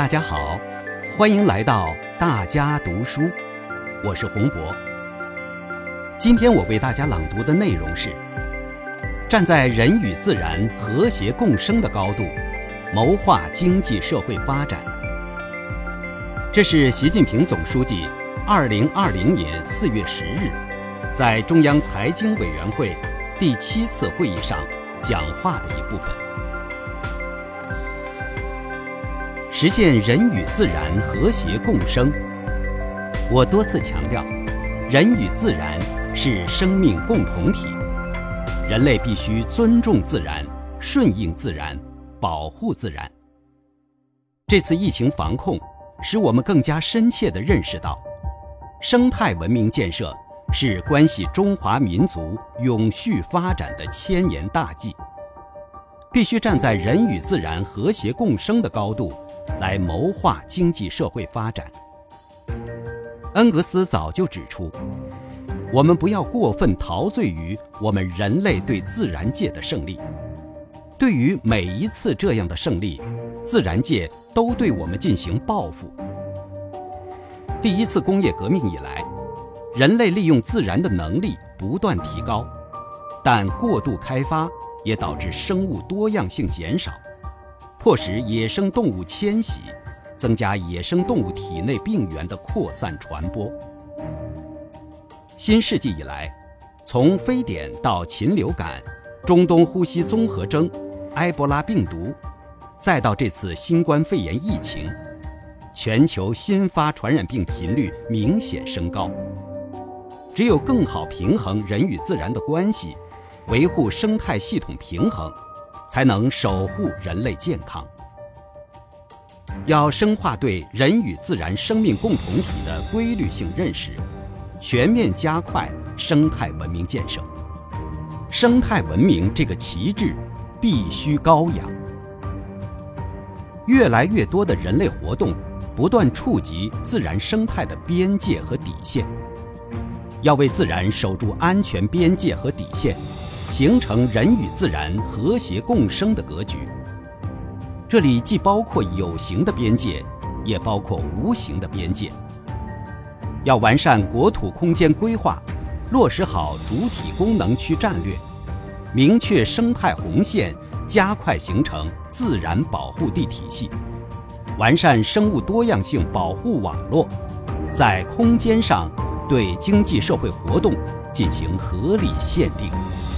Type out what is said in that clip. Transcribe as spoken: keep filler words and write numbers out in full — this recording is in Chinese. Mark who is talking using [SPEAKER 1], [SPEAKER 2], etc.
[SPEAKER 1] 大家好，欢迎来到大家读书，我是洪博。今天我为大家朗读的内容是：站在人与自然和谐共生的高度，谋划经济社会发展。这是习近平总书记二零二零年四月十日在中央财经委员会第七次会议上讲话的一部分。实现人与自然和谐共生。我多次强调，人与自然是生命共同体，人类必须尊重自然，顺应自然，保护自然。这次疫情防控使我们更加深切地认识到，生态文明建设是关系中华民族永续发展的千年大计，必须站在人与自然和谐共生的高度来谋划经济社会发展。恩格斯早就指出，我们不要过分陶醉于我们人类对自然界的胜利。对于每一次这样的胜利，自然界都对我们进行报复。第一次工业革命以来，人类利用自然的能力不断提高，但过度开发也导致生物多样性减少，迫使野生动物迁徙，增加野生动物体内病原的扩散传播。新世纪以来，从非典到禽流感、中东呼吸综合征、埃博拉病毒，再到这次新冠肺炎疫情，全球新发传染病频率明显升高。只有更好平衡人与自然的关系，维护生态系统平衡，才能守护人类健康。要深化对人与自然生命共同体的规律性认识，全面加快生态文明建设。生态文明这个旗帜必须高扬。越来越多的人类活动不断触及自然生态的边界和底线，要为自然守住安全边界和底线，形成人与自然和谐共生的格局。这里既包括有形的边界，也包括无形的边界。要完善国土空间规划，落实好主体功能区战略，明确生态红线，加快形成自然保护地体系，完善生物多样性保护网络，在空间上对经济社会活动进行合理限定。